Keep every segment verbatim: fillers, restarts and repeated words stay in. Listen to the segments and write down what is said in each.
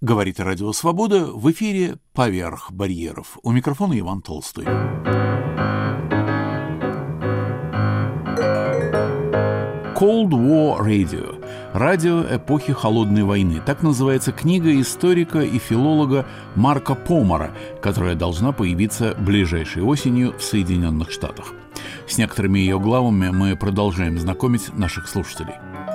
Говорит Радио Свобода, в эфире «Поверх барьеров». У микрофона Иван Толстой. Cold War Radio. Радио эпохи Холодной войны. Так называется книга историка и филолога Марка Помара, которая должна появиться ближайшей осенью в Соединенных Штатах. С некоторыми ее главами мы продолжаем знакомить наших слушателей.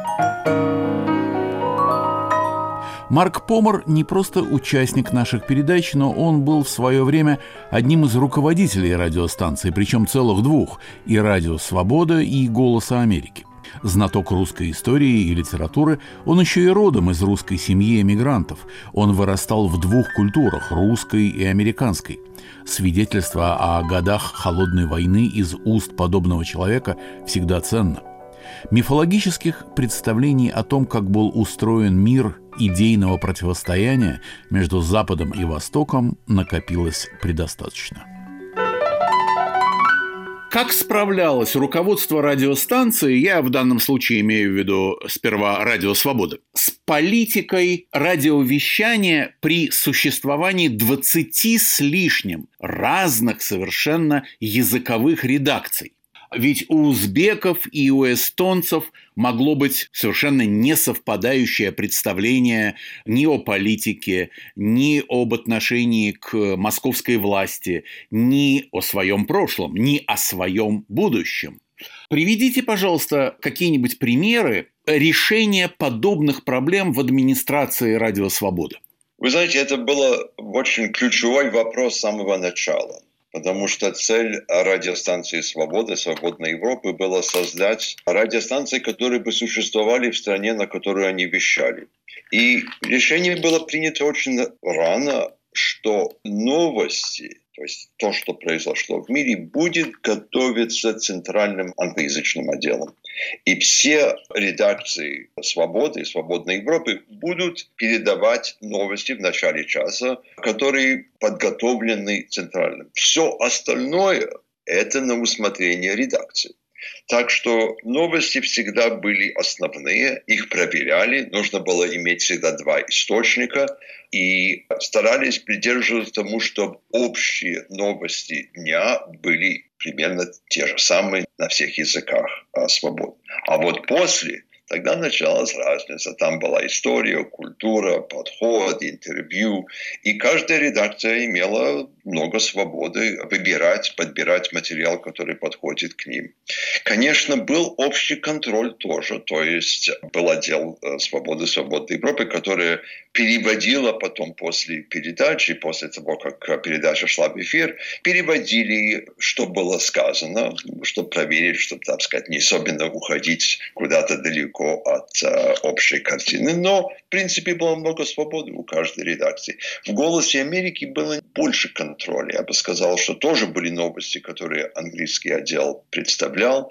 Марк Помар не просто участник наших передач, но он был в свое время одним из руководителей радиостанций, причем целых двух – и «Радио Свобода», и «Голоса Америки». Знаток русской истории и литературы, он еще и родом из русской семьи эмигрантов. Он вырастал в двух культурах – русской и американской. Свидетельство о годах Холодной войны из уст подобного человека всегда ценно. Мифологических представлений о том, как был устроен мир идейного противостояния между Западом и Востоком, накопилось предостаточно. Как справлялось руководство радиостанции, я в данном случае имею в виду сперва «Радио Свобода», с политикой радиовещания при существовании двадцати с лишним разных совершенно языковых редакций? Ведь у узбеков и у эстонцев могло быть совершенно несовпадающее представление ни о политике, ни об отношении к московской власти, ни о своем прошлом, ни о своем будущем. Приведите, пожалуйста, какие-нибудь примеры решения подобных проблем в администрации «Радио Свобода». Вы знаете, это был очень ключевой вопрос с самого начала. Потому что цель радиостанции «Свобода», «Свободной Европы» была создать радиостанции, которые бы существовали в стране, на которую они вещали. И решение было принято очень рано, что новости, то есть то, что произошло в мире, будет готовиться центральным англоязычным отделом. И все редакции «Свободы» и «Свободной Европы» будут передавать новости в начале часа, которые подготовлены центральным. Все остальное – это на усмотрение редакции. Так что новости всегда были основные, их проверяли, нужно было иметь всегда два источника и старались придерживаться тому, чтобы общие новости дня были примерно те же самые на всех языках свободы. А вот после, тогда началась разница. Там была история, культура, подход, интервью. И каждая редакция имела много свободы выбирать, подбирать материал, который подходит к ним. Конечно, был общий контроль тоже. То есть был отдел «Свободы», «Свободной Европы», который переводила потом после передачи, после того, как передача шла в эфир, переводили, что было сказано, чтобы проверить, чтобы, так сказать, не особенно уходить куда-то далеко от э, общей картины. Но, в принципе, было много свободы у каждой редакции. В «Голосе Америки» было больше контроля. Я бы сказал, что тоже были новости, которые английский отдел представлял.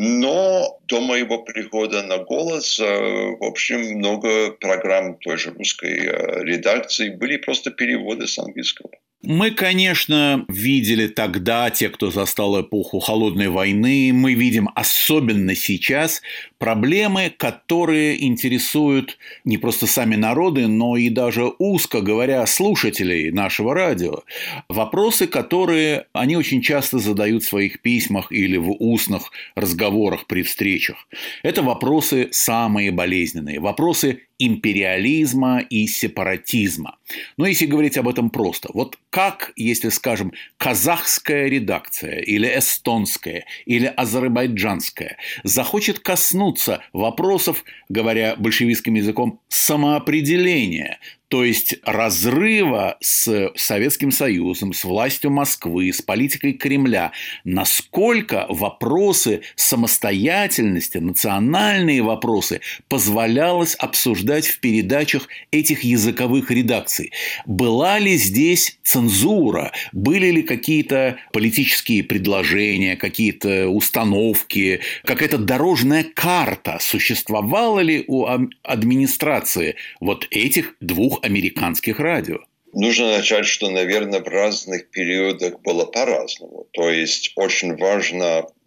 Но до моего прихода на «Голос», э, в общем, много программ той же русской э, редакции были просто переводы с английского. Мы, конечно, видели тогда, те, кто застал эпоху Холодной войны, мы видим особенно сейчас проблемы, которые интересуют не просто сами народы, но и даже, узко говоря, слушателей нашего радио. Вопросы, которые они очень часто задают в своих письмах или в устных разговорах при встречах. Это вопросы самые болезненные, вопросы империализма и сепаратизма. Но если говорить об этом просто, вот как, если, скажем, казахская редакция или эстонская или азербайджанская захочет коснуться вопросов, говоря большевистским языком, самоопределения, то есть разрыва с Советским Союзом, с властью Москвы, с политикой Кремля, насколько вопросы самостоятельности, национальные вопросы позволялось обсуждать в передачах этих языковых редакций. Была ли здесь цензура? Были ли какие-то политические предложения, какие-то установки, какая-то дорожная карта? Существовала ли у администрации вот этих двух американских радио? Нужно начать, что, наверное, в разных периодах было по-разному. То есть очень важно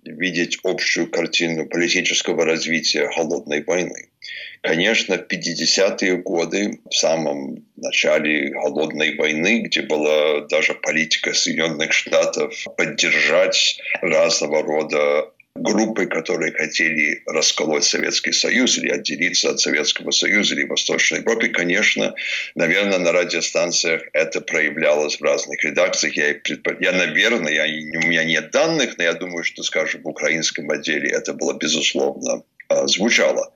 видеть общую картину политического развития холодной войны. Конечно, в пятидесятые годы, в самом начале холодной войны, где была даже политика Соединенных Штатов поддержать разного рода группы, которые хотели расколоть Советский Союз или отделиться от Советского Союза или Восточной Европы, конечно, наверное, на радиостанциях это проявлялось в разных редакциях. Я, предпо... я наверное, я... у меня нет данных, но я думаю, что, скажем, в украинском отделе это было, безусловно, звучало.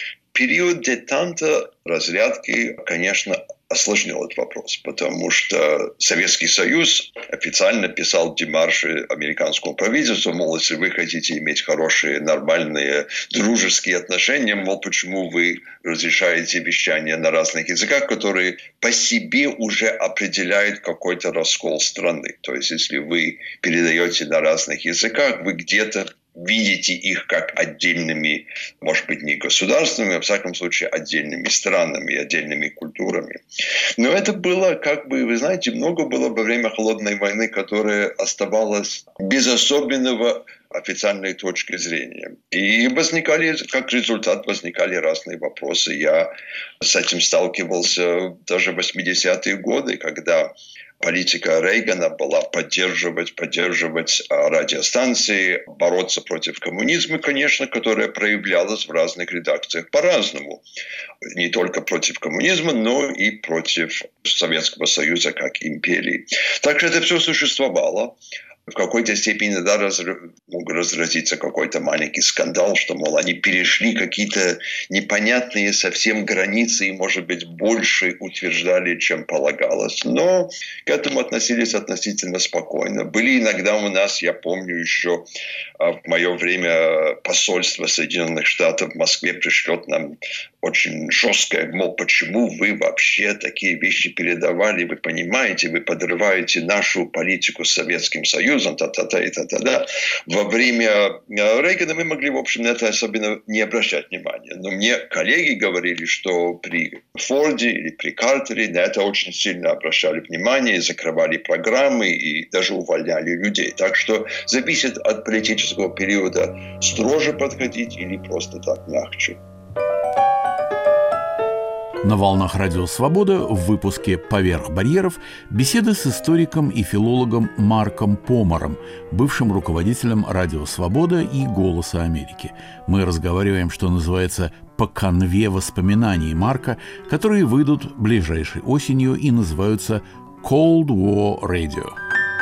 Период детанта, разрядки, конечно, осложнил этот вопрос, потому что Советский Союз официально писал демарши американскому правительству, мол, если вы хотите иметь хорошие, нормальные, дружеские отношения, мол, почему вы разрешаете вещание на разных языках, которые по себе уже определяют какой-то раскол страны. То есть, если вы передаете на разных языках, вы где-то видите их как отдельными, может быть, не государствами, а в всяком случае отдельными странами, отдельными культурами. Но это было, как бы, вы знаете, много было во время Холодной войны, которое оставалось без особенного официальной точки зрения. И возникали, как результат, возникали разные вопросы. Я с этим сталкивался даже в восьмидесятые годы, когда политика Рейгана была поддерживать, поддерживать радиостанции, бороться против коммунизма, конечно, которая проявлялась в разных редакциях по-разному. Не только против коммунизма, но и против Советского Союза как империи. Так что это все существовало. В какой-то степени да, раз, мог разразиться какой-то маленький скандал, что, мол, они перешли какие-то непонятные совсем границы и, может быть, больше утверждали, чем полагалось. Но к этому относились относительно спокойно. Были иногда у нас, я помню еще в мое время, посольство Соединенных Штатов в Москве пришлет нам очень жесткое, мол, почему вы вообще такие вещи передавали, вы понимаете, вы подрываете нашу политику с Советским Союзом, та-та-та и та-та-та. Во время Рейгана мы могли, в общем, на это особенно не обращать внимания. Но мне коллеги говорили, что при Форде или при Картере на это очень сильно обращали внимание, закрывали программы и даже увольняли людей. Так что зависит от политического периода, строже подходить или просто так мягче. На волнах Радио Свобода в выпуске «Поверх барьеров» беседы с историком и филологом Марком Помором, бывшим руководителем Радио Свобода и «Голоса Америки». Мы разговариваем, что называется, по канве воспоминаний Марка, которые выйдут ближайшей осенью и называются «Cold War Radio».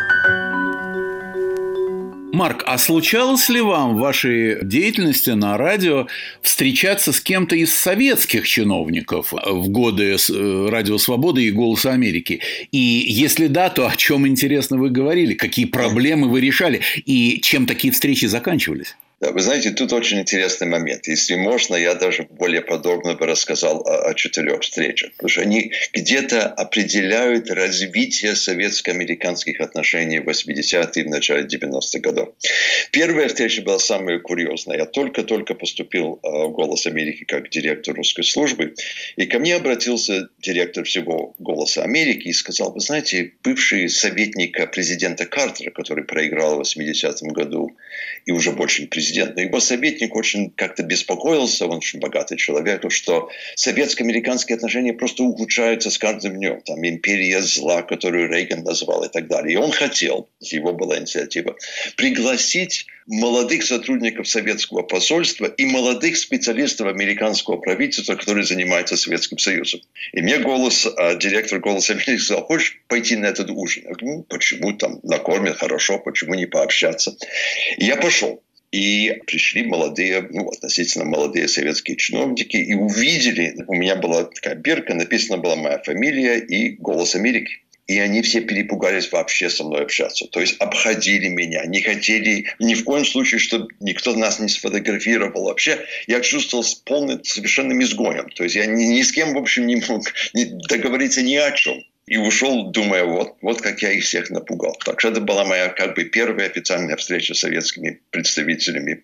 Марк, а случалось ли вам в вашей деятельности на радио встречаться с кем-то из советских чиновников в годы Радио Свободы и Голоса Америки? И если да, то о чем, интересно, вы говорили? Какие проблемы вы решали? И чем такие встречи заканчивались? Да, вы знаете, тут очень интересный момент. Если можно, я даже более подробно бы рассказал о, о четырех встречах. Потому что они где-то определяют развитие советско-американских отношений в восьмидесятые и в начале девяностых годов. Первая встреча была самая курьезная. Я только-только поступил в «Голос Америки» как директор русской службы. И ко мне обратился директор всего «Голоса Америки» и сказал: вы знаете, бывший советник президента Картера, который проиграл в восьмидесятом году и уже больше не президент, но его советник очень как-то беспокоился, он очень богатый человек, что советско-американские отношения просто ухудшаются с каждым днем. Там империя зла, которую Рейган назвал, и так далее. И он хотел, его была инициатива, пригласить молодых сотрудников советского посольства и молодых специалистов американского правительства, которые занимаются Советским Союзом. И мне голос, директор «Голоса Америки» сказал: хочешь пойти на этот ужин? Я говорю: ну, почему, там накормят хорошо, почему не пообщаться? И я пошел. И пришли молодые, ну, относительно молодые советские чиновники и увидели, у меня была такая бирка, написана была моя фамилия и «Голос Америки». И они все перепугались вообще со мной общаться. То есть обходили меня, не хотели ни в коем случае, чтобы никто нас не сфотографировал. Вообще я чувствовал полным совершенным изгоем. То есть я ни, ни с кем, в общем, не мог договориться ни о чем. И ушел, думая, вот, вот как я их всех напугал. Так что это была моя как бы первая официальная встреча с советскими представителями.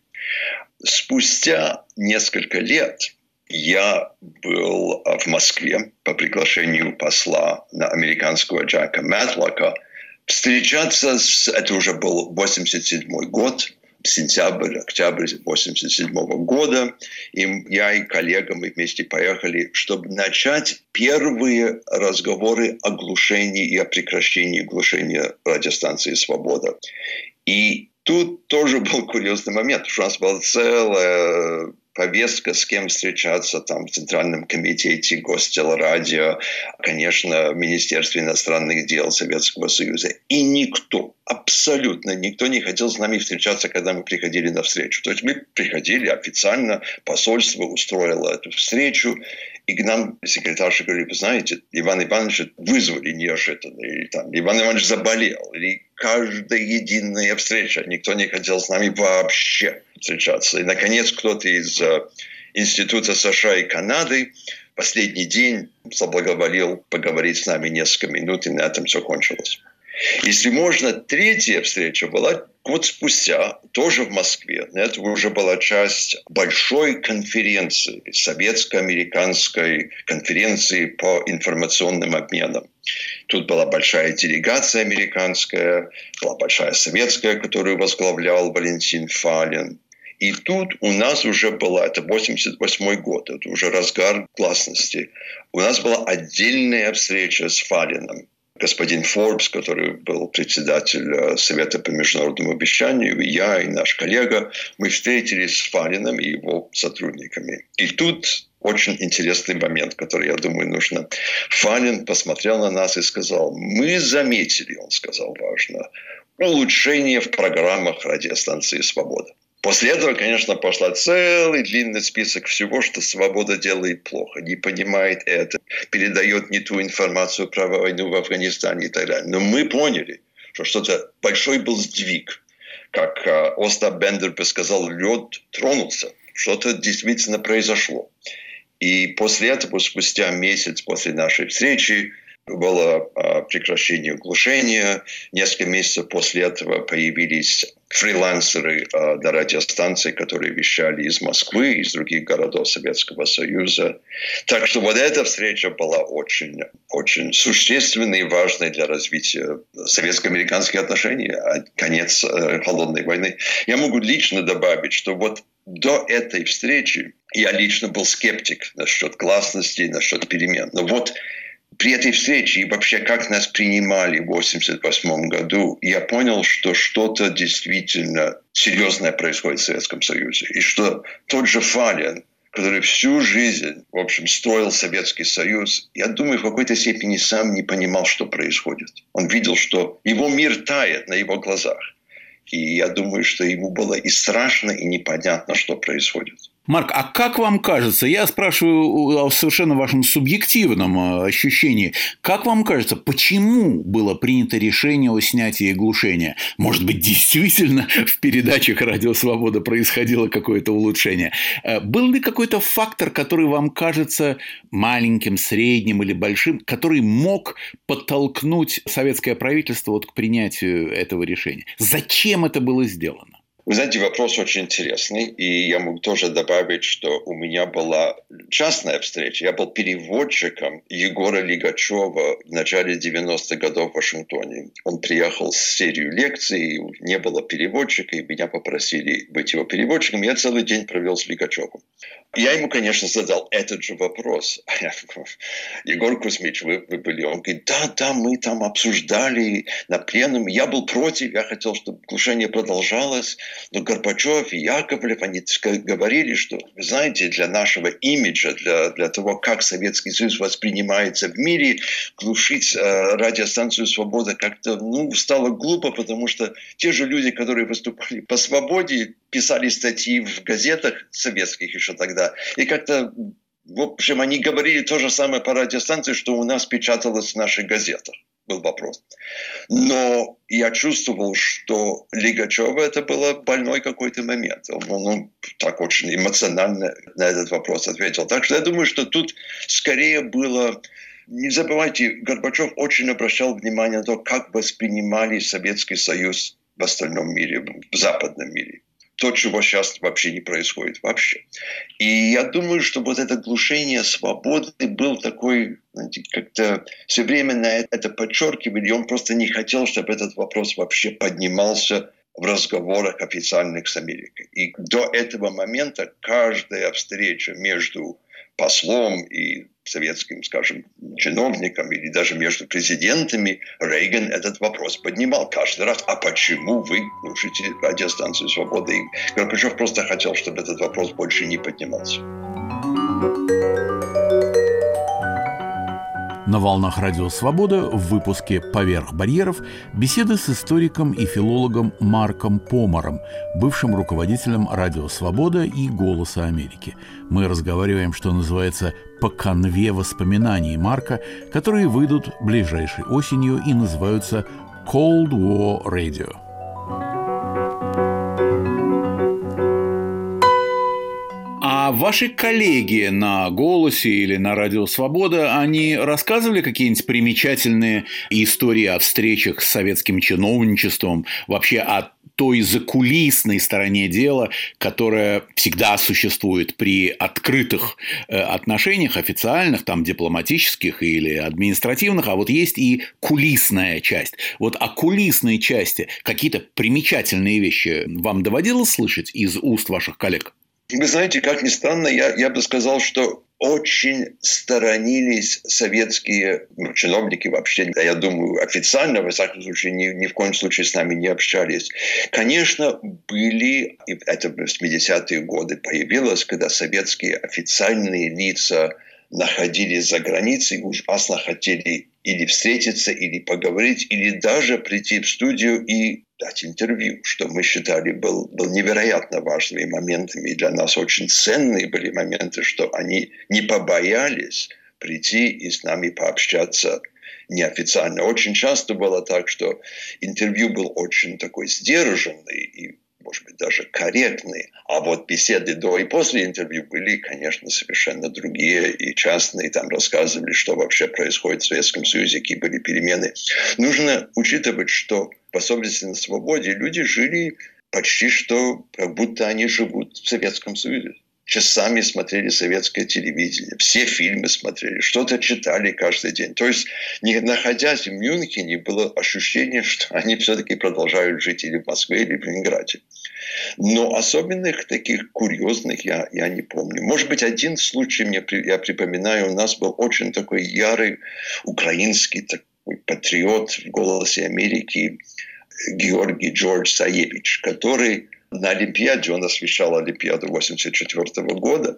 Спустя несколько лет я был в Москве по приглашению посла американского Джека Мэтлока встречаться с... Это уже был восемьдесят седьмой год. сентябрь, октябрь восемьдесят седьмого года. И я и коллега, мы вместе поехали, чтобы начать первые разговоры о глушении и о прекращении глушения радиостанции «Свобода». И тут тоже был курьезный момент, что у нас была целая повестка, с кем встречаться там в Центральном комитете Гостелерадио, конечно, в Министерстве иностранных дел Советского Союза. И никто, абсолютно никто не хотел с нами встречаться, когда мы приходили на встречу. То есть мы приходили официально, посольство устроило эту встречу, и к нам секретарша говорит: вы знаете, Иван Иванович вызвали неожиданно, или там Иван Иванович заболел, или каждая единая встреча, никто не хотел с нами вообще встречаться. И, наконец, кто-то из э, Института США и Канады в последний день соблаговолил поговорить с нами несколько минут, и на этом все кончилось. Если можно, третья встреча была год спустя, тоже в Москве. Это уже была часть большой конференции, советско-американской конференции по информационным обменам. Тут была большая делегация американская, была большая советская, которую возглавлял Валентин Фалин. И тут у нас уже была, это восемьдесят восьмой год, это уже разгар гласности, у нас была отдельная встреча с Фалиным. Господин Форбс, который был председатель Совета по международному обещанию, и я, и наш коллега, мы встретились с Фалиным и его сотрудниками. И тут очень интересный момент, который, я думаю, нужно. Фалин посмотрел на нас и сказал: мы заметили, он сказал важно, улучшение в программах радиостанции «Свобода». После этого, конечно, пошла целый длинный список всего, что «Свобода» делает плохо, не понимает это, передает не ту информацию про войну в Афганистане и так далее. Но мы поняли, что что-то большой был сдвиг. Как э, Остап Бендер бы сказал, лед тронулся, что-то действительно произошло. И после этого, спустя месяц после нашей встречи, было э, прекращение глушения. Несколько месяцев после этого появились фрилансеры э, на радиостанции, которые вещали из Москвы, из других городов Советского Союза. Так что вот эта встреча была очень, очень существенной и важной для развития советско-американских отношений, а конец э, холодной войны. Я могу лично добавить, что вот до этой встречи я лично был скептик насчет гласности, насчет перемен. Но вот при этой встрече и вообще как нас принимали в восемьдесят восьмом году, я понял, что что-то действительно серьезное происходит в Советском Союзе. И что тот же Фалин, который всю жизнь, в общем, строил Советский Союз, я думаю, в какой-то степени сам не понимал, что происходит. Он видел, что его мир тает на его глазах. И я думаю, что ему было и страшно, и непонятно, что происходит. Марк, а как вам кажется, я спрашиваю о совершенно вашем субъективном ощущении, как вам кажется, почему было принято решение о снятии глушения? Может быть, действительно в передачах «Радио Свобода» происходило какое-то улучшение? Был ли какой-то фактор, который вам кажется маленьким, средним или большим, который мог подтолкнуть советское правительство вот к принятию этого решения? Зачем это было сделано? Вы знаете, вопрос очень интересный, и я могу тоже добавить, что у меня была частная встреча. Я был переводчиком Егора Лигачева в начале девяностых годов в Вашингтоне. Он приехал с серией лекций, не было переводчика, и меня попросили быть его переводчиком. Я целый день провел с Лигачевым. Я ему, конечно, задал этот же вопрос. Егор Кузьмич, вы, вы были? Он говорит, да, да, мы там обсуждали на пленуме. Я был против, я хотел, чтобы глушение продолжалось. Но Горбачев и Яковлев, они говорили, что, вы знаете, для нашего имиджа, для, для того, как Советский Союз воспринимается в мире, глушить э, радиостанцию «Свобода» как-то ну, стало глупо, потому что те же люди, которые выступали по свободе, писали статьи в газетах советских еще тогда, и как-то, в общем, они говорили то же самое по радиостанции, что у нас печаталось в наших газетах. Был вопрос. Но я чувствовал, что Лигачева это был больной какой-то момент. Он, он так очень эмоционально на этот вопрос ответил. Так что я думаю, что тут скорее было... Не забывайте, Горбачев очень обращал внимание на то, как воспринимали Советский Союз в остальном мире, в западном мире. То, чего сейчас вообще не происходит вообще. И я думаю, что вот это глушение свободы был такой, знаете, как-то все время на это подчеркивали, и он просто не хотел, чтобы этот вопрос вообще поднимался в разговорах официальных с Америкой. И до этого момента каждая встреча между послом и советским, скажем, чиновником или даже между президентами, Рейган этот вопрос поднимал каждый раз. А почему вы глушите радиостанцию «Свобода»? И Горбачев просто хотел, чтобы этот вопрос больше не поднимался. На волнах Радио Свобода в выпуске «Поверх барьеров» беседы с историком и филологом Марком Помаром, бывшим руководителем Радио Свобода и «Голоса Америки». Мы разговариваем, что называется, по канве воспоминаний Марка, которые выйдут ближайшей осенью и называются «Cold War Radio». А ваши коллеги на «Голосе» или на «Радио Свобода», они рассказывали какие-нибудь примечательные истории о встречах с советским чиновничеством, вообще о той закулисной стороне дела, которая всегда существует при открытых отношениях, официальных, там, дипломатических или административных, а вот есть и кулисная часть. Вот о кулисной части какие-то примечательные вещи вам доводилось слышать из уст ваших коллег? Вы знаете, как ни странно, я, я бы сказал, что очень сторонились советские ну, чиновники вообще, я думаю, официально, во всяком случае, ни, ни в коем случае с нами не общались. Конечно, были, и это в восьмидесятые годы появилось, когда советские официальные лица находились за границей, ужасно хотели или встретиться, или поговорить, или даже прийти в студию и дать интервью, что мы считали был, был невероятно важными моментами. И для нас очень ценные были моменты, что они не побоялись прийти и с нами пообщаться неофициально. Очень часто было так, что интервью был очень такой сдержанный и, может быть, даже корректный. А вот беседы до и после интервью были, конечно, совершенно другие и частные. Там рассказывали, что вообще происходит в Советском Союзе, какие были перемены. Нужно учитывать, что в особенности на свободе люди жили почти что, как будто они живут в Советском Союзе. Часами смотрели советское телевидение, все фильмы смотрели, что-то читали каждый день. То есть, не находясь в Мюнхене, было ощущение, что они все-таки продолжают жить или в Москве, или в Ленинграде. Но особенных таких курьезных я, я не помню. Может быть, один случай, мне, я припоминаю, у нас был очень такой ярый украинский такой патриот в «Голосе Америки» Георгий Джордж Саевич, который на Олимпиаде, он освещал Олимпиаду восемьдесят четвёртого года,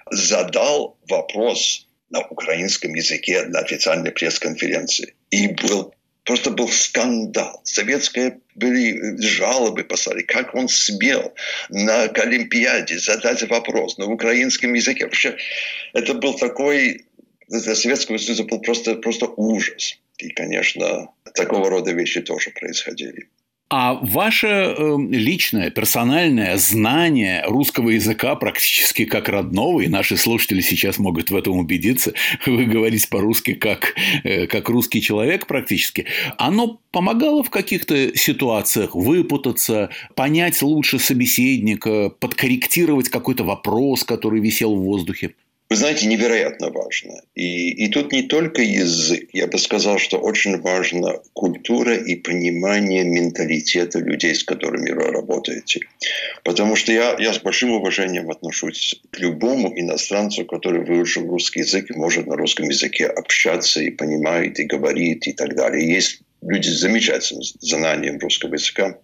задал вопрос на украинском языке на официальной пресс-конференции. И был, просто был скандал. Советские были жалобы послали, как он смел на Олимпиаде задать вопрос на украинском языке. Вообще, это был такой, для Советского Союза был просто, просто ужас. И, конечно, такого рода вещи тоже происходили. А ваше э, личное, персональное знание русского языка практически как родного, и наши слушатели сейчас могут в этом убедиться, вы говорите по-русски как, э, как русский человек практически, оно помогало в каких-то ситуациях выпутаться, понять лучше собеседника, подкорректировать какой-то вопрос, который висел в воздухе? Вы знаете, невероятно важно. И, и тут не только язык. Я бы сказал, что очень важна культура и понимание менталитета людей, с которыми вы работаете. Потому что я, я с большим уважением отношусь к любому иностранцу, который выучил русский язык и может на русском языке общаться и понимает, и говорит, и так далее. Есть люди с замечательным знанием русского языка.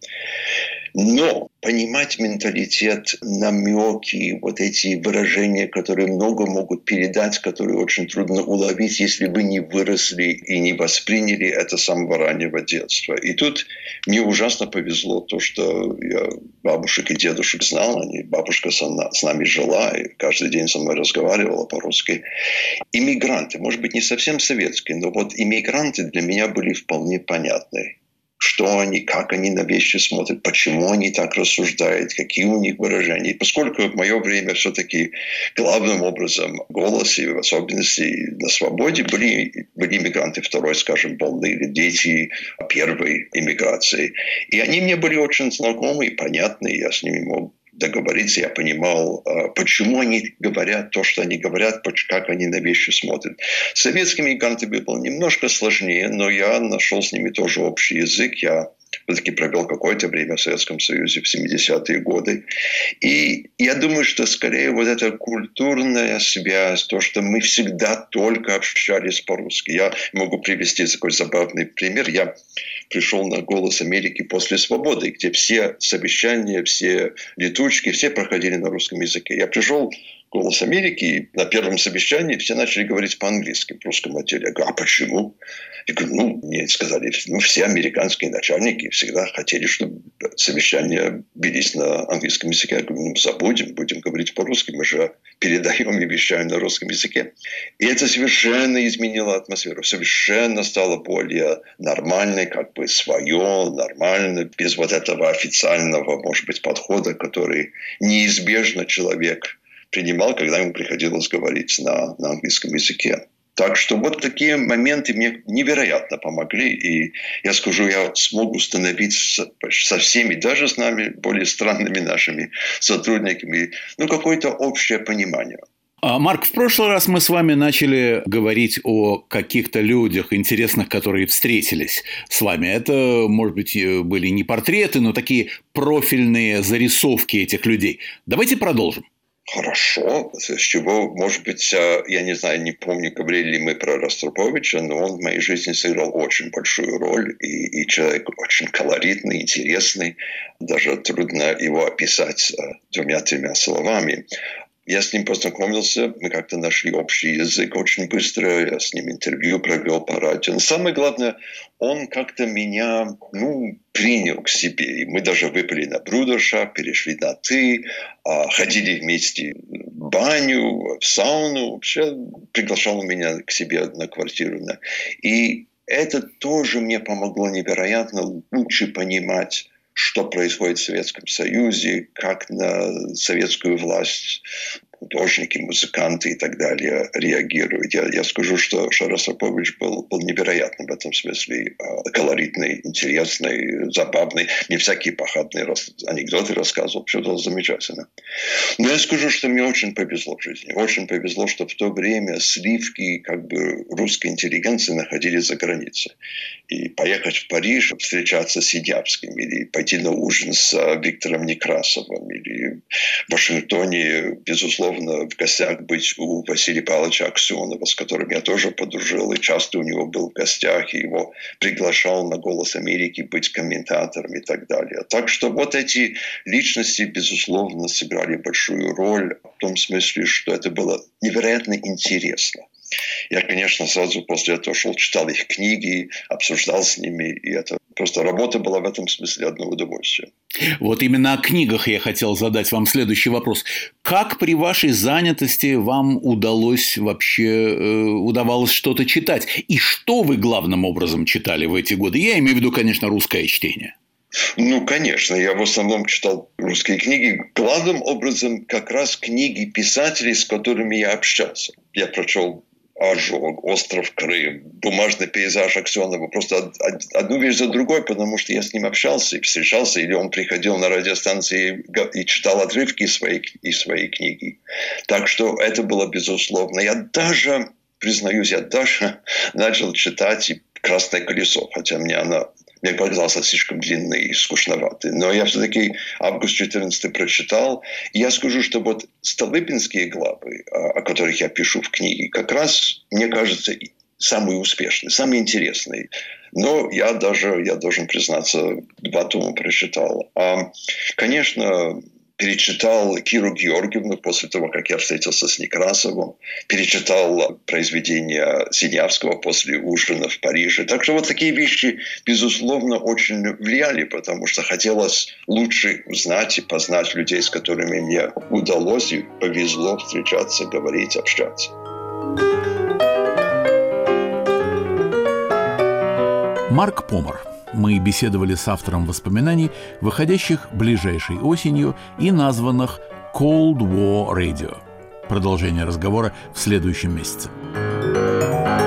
Но понимать менталитет, намеки, вот эти выражения, которые много могут передать, которые очень трудно уловить, если вы не выросли и не восприняли это с самого раннего детства. И тут мне ужасно повезло то, что я бабушек и дедушек знал, они, бабушка с нами жила и каждый день со мной разговаривала по-русски. Иммигранты, может быть, не совсем советские, но вот иммигранты для меня были вполне понятны. Что они, как они на вещи смотрят, почему они так рассуждают, какие у них выражения. И поскольку в мое время все-таки главным образом в «Голосе», в особенности на «Свободе», были, были иммигранты второй, скажем, волны или дети первой иммиграции. И они мне были очень знакомы и понятны, я с ними мог договориться, я понимал, почему они говорят то, что они говорят, как они на вещи смотрят. С советскими иммигрантами было немножко сложнее, но я нашел с ними тоже общий язык. Я все-таки провел какое-то время в Советском Союзе в семидесятые годы. И я думаю, что скорее вот эта культурная связь, то, что мы всегда только общались по-русски. Я могу привести такой забавный пример. Я пришел на «Голос Америки» после «Свободы», где все совещания, все летучки, все проходили на русском языке. Я пришел «Голос Америки», и на первом совещании все начали говорить по-английски в русском отделе. Я говорю, а почему? Я говорю, ну, мне сказали, ну, все американские начальники всегда хотели, чтобы совещания велись на английском языке. Я говорю, ну, забудем, будем говорить по-русски, мы же передаем и вещаем на русском языке. И это совершенно изменило атмосферу, совершенно стало более нормальной, как бы свое, нормально, без вот этого официального, может быть, подхода, который неизбежно человек принимал, когда ему приходилось говорить на, на английском языке. Так что вот такие моменты мне невероятно помогли. И я скажу, я смог установить со, со всеми, даже с нами, более странными нашими сотрудниками, ну, какое-то общее понимание. Марк, в прошлый раз мы с вами начали говорить о каких-то людях интересных, которые встретились с вами. Это, может быть, были не портреты, но такие профильные зарисовки этих людей. Давайте продолжим. Хорошо. С чего, может быть, я не знаю, не помню, говорили ли мы про Ростроповича, но он в моей жизни сыграл очень большую роль. И, и человек очень колоритный, интересный. Даже трудно его описать двумя-тремя словами. Я с ним познакомился, мы как-то нашли общий язык очень быстро, я с ним интервью провел по радио. Но самое главное, он как-то меня, ну, принял к себе. И мы даже выпили на брудершафт, перешли на «ты», ходили вместе в баню, в сауну. Вообще приглашал меня к себе на квартиру. И это тоже мне помогло невероятно лучше понимать, что происходит в Советском Союзе, как на советскую власть художники, музыканты и так далее реагируют. Я, я скажу, что Ростропович был, был невероятно в этом смысле колоритный, интересный, забавный. Мне всякие похабные анекдоты рассказывал. Все было замечательно. Но я скажу, что мне очень повезло в жизни. Очень повезло, что в то время сливки как бы русской интеллигенции находились за границей. И поехать в Париж, встречаться с Синявским, или пойти на ужин с Виктором Некрасовым, или в Вашингтоне, безусловно, в гостях быть у Василия Павловича Аксенова, с которым я тоже подружил, и часто у него был в гостях, и его приглашал на «Голос Америки» быть комментатором и так далее. Так что вот эти личности, безусловно, сыграли большую роль в том смысле, что это было невероятно интересно. Я, конечно, сразу после этого шел, читал их книги, обсуждал с ними, и это просто работа была в этом смысле одно удовольствие. Вот именно о книгах я хотел задать вам следующий вопрос. Как при вашей занятости вам удалось вообще, э, удавалось что-то читать? И что вы главным образом читали в эти годы? Я имею в виду, конечно, русское чтение. Ну, конечно, я в основном читал русские книги. Главным образом как раз книги писателей, с которыми я общался. Я прочел «Ожог», «Остров Крым», «Бумажный пейзаж» Аксенова. Просто одну вещь за другой, потому что я с ним общался и встречался, или он приходил на радиостанции и читал отрывки из своей, из своей книги. Так что это было безусловно. Я даже, признаюсь, я даже начал читать и «Красное колесо», хотя мне она... Мне показалось слишком длинный и скучноватый. Но я все-таки август четырнадцатый прочитал. И я скажу, что вот Столыпинские главы, о которых я пишу в книге, как раз, мне кажется, самые успешные, самые интересные. Но я даже, я должен признаться, два тома прочитал. А, конечно, перечитал Киру Георгиевну после того, как я встретился с Некрасовым. Перечитал произведения Синявского после ужина в Париже. Так что вот такие вещи, безусловно, очень влияли, потому что хотелось лучше узнать и познать людей, с которыми мне удалось и повезло встречаться, говорить, общаться. Марк Помор. Мы беседовали с автором воспоминаний, выходящих ближайшей осенью и названных Cold War Radio. Продолжение разговора в следующем месяце.